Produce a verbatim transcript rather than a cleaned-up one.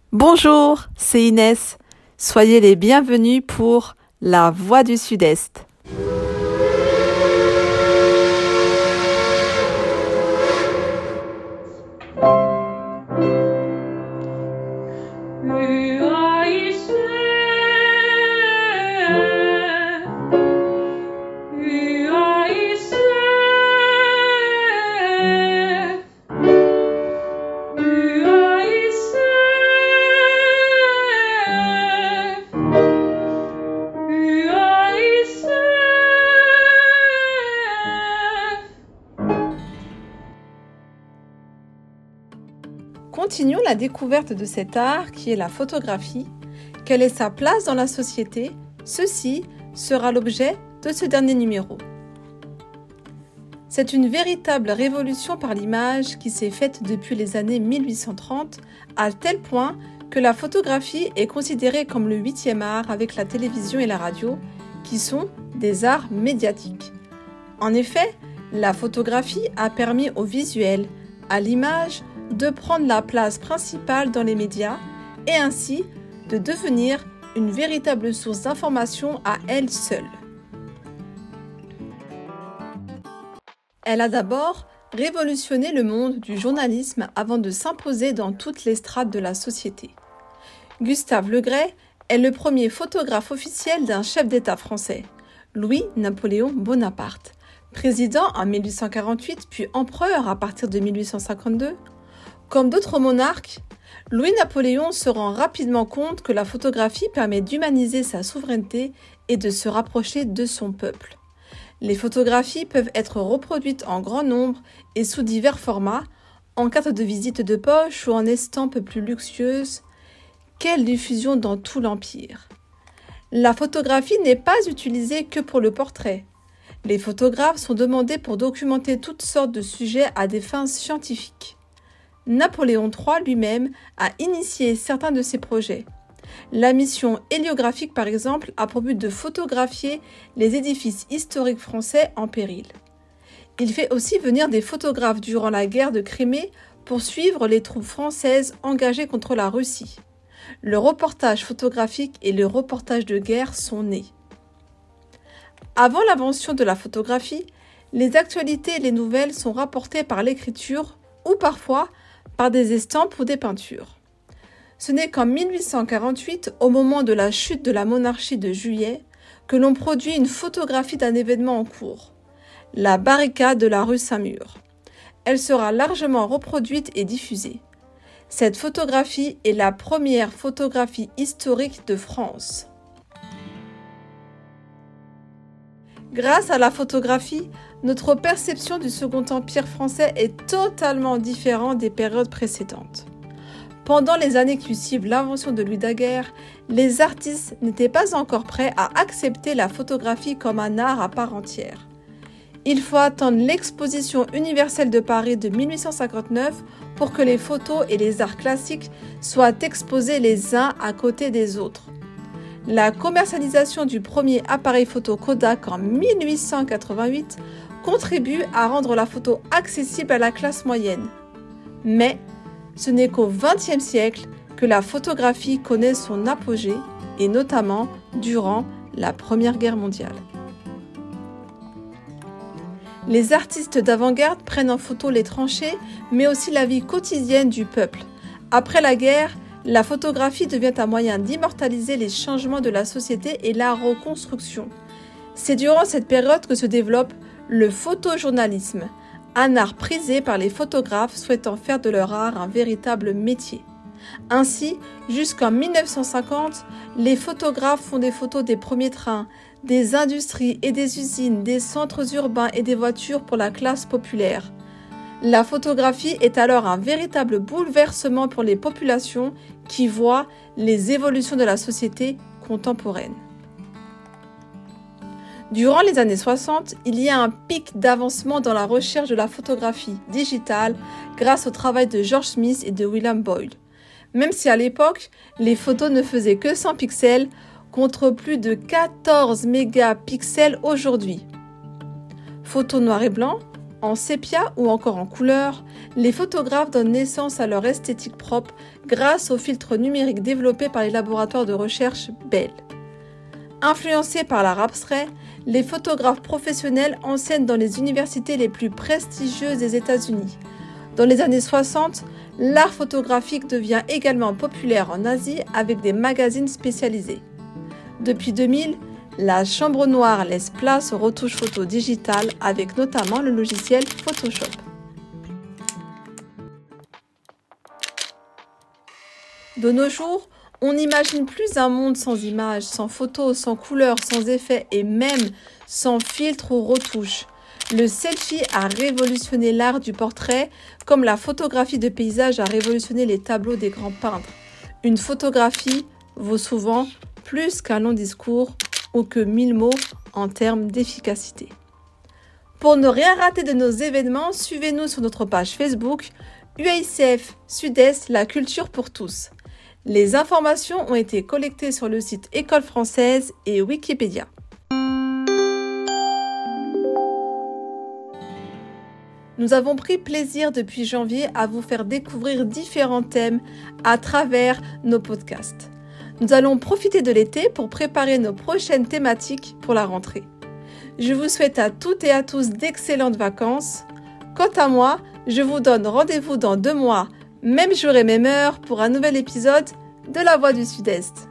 Bonjour, c'est Inès. Soyez les bienvenus pour La Voix du Sud-Est. Continuons la découverte de cet art qui est la photographie. Quelle est sa place dans la société? Ceci sera l'objet de ce dernier numéro. C'est une véritable révolution par l'image qui s'est faite depuis les années mille huit cent trente, à tel point que la photographie est considérée comme le huitième art avec la télévision et la radio, qui sont des arts médiatiques. En effet, la photographie a permis au visuel, à l'image, de prendre la place principale dans les médias et ainsi de devenir une véritable source d'information à elle seule. Elle a d'abord révolutionné le monde du journalisme avant de s'imposer dans toutes les strates de la société. Gustave Le Gray est le premier photographe officiel d'un chef d'État français, Louis-Napoléon Bonaparte, président en mille huit cent quarante-huit puis empereur à partir de mille huit cent cinquante-deux. Comme d'autres monarques, Louis-Napoléon se rend rapidement compte que la photographie permet d'humaniser sa souveraineté et de se rapprocher de son peuple. Les photographies peuvent être reproduites en grand nombre et sous divers formats, en carte de visite de poche ou en estampes plus luxueuses. Quelle diffusion dans tout l'Empire! La photographie n'est pas utilisée que pour le portrait. Les photographes sont demandés pour documenter toutes sortes de sujets à des fins scientifiques. Napoléon trois lui-même a initié certains de ces projets. La mission héliographique, par exemple, a pour but de photographier les édifices historiques français en péril. Il fait aussi venir des photographes durant la guerre de Crimée pour suivre les troupes françaises engagées contre la Russie. Le reportage photographique et le reportage de guerre sont nés. Avant l'invention de la photographie, les actualités et les nouvelles sont rapportées par l'écriture ou parfois par des estampes ou des peintures. Ce n'est qu'en mille huit cent quarante-huit, au moment de la chute de la monarchie de Juillet, que l'on produit une photographie d'un événement en cours, la barricade de la rue Saint-Mur. Elle sera largement reproduite et diffusée. Cette photographie est la première photographie historique de France. Grâce à la photographie, notre perception du Second Empire français est totalement différente des périodes précédentes. Pendant les années qui suivent l'invention de Louis Daguerre, les artistes n'étaient pas encore prêts à accepter la photographie comme un art à part entière. Il faut attendre l'exposition universelle de Paris de mille huit cent cinquante-neuf pour que les photos et les arts classiques soient exposés les uns à côté des autres. La commercialisation du premier appareil photo Kodak en mille huit cent quatre-vingt-huit contribue à rendre la photo accessible à la classe moyenne. Mais ce n'est qu'au vingtième siècle que la photographie connaît son apogée, et notamment durant la Première Guerre mondiale. Les artistes d'avant-garde prennent en photo les tranchées, mais aussi la vie quotidienne du peuple. Après la guerre, la photographie devient un moyen d'immortaliser les changements de la société et la reconstruction. C'est durant cette période que se développe le photojournalisme, un art prisé par les photographes souhaitant faire de leur art un véritable métier. Ainsi, jusqu'en mille neuf cent cinquante, les photographes font des photos des premiers trains, des industries et des usines, des centres urbains et des voitures pour la classe populaire. La photographie est alors un véritable bouleversement pour les populations qui voient les évolutions de la société contemporaine. Durant les années soixante, il y a un pic d'avancement dans la recherche de la photographie digitale grâce au travail de George Smith et de William Boyle. Même si à l'époque, les photos ne faisaient que cent pixels contre plus de quatorze mégapixels aujourd'hui. Photos noir et blanc En sépia ou encore en couleur, les photographes donnent naissance à leur esthétique propre grâce aux filtres numériques développés par les laboratoires de recherche Bell. Influencés par l'art abstrait, les photographes professionnels enseignent dans les universités les plus prestigieuses des États-Unis. Dans les années soixante, l'art photographique devient également populaire en Asie avec des magazines spécialisés. Depuis deux mille, la chambre noire laisse place aux retouches photo digitales avec notamment le logiciel Photoshop. De nos jours, on n'imagine plus un monde sans images, sans photos, sans couleurs, sans effets et même sans filtres ou retouches. Le selfie a révolutionné l'art du portrait comme la photographie de paysage a révolutionné les tableaux des grands peintres. Une photographie vaut souvent plus qu'un long discours ou que mille mots en termes d'efficacité. Pour ne rien rater de nos événements, suivez-nous sur notre page Facebook U I C F Sud-Est, la culture pour tous. Les informations ont été collectées sur le site École française et Wikipédia. Nous avons pris plaisir depuis janvier à vous faire découvrir différents thèmes à travers nos podcasts. Nous allons profiter de l'été pour préparer nos prochaines thématiques pour la rentrée. Je vous souhaite à toutes et à tous d'excellentes vacances. Quant à moi, je vous donne rendez-vous dans deux mois, même jour et même heure, pour un nouvel épisode de La Voix du Sud-Est.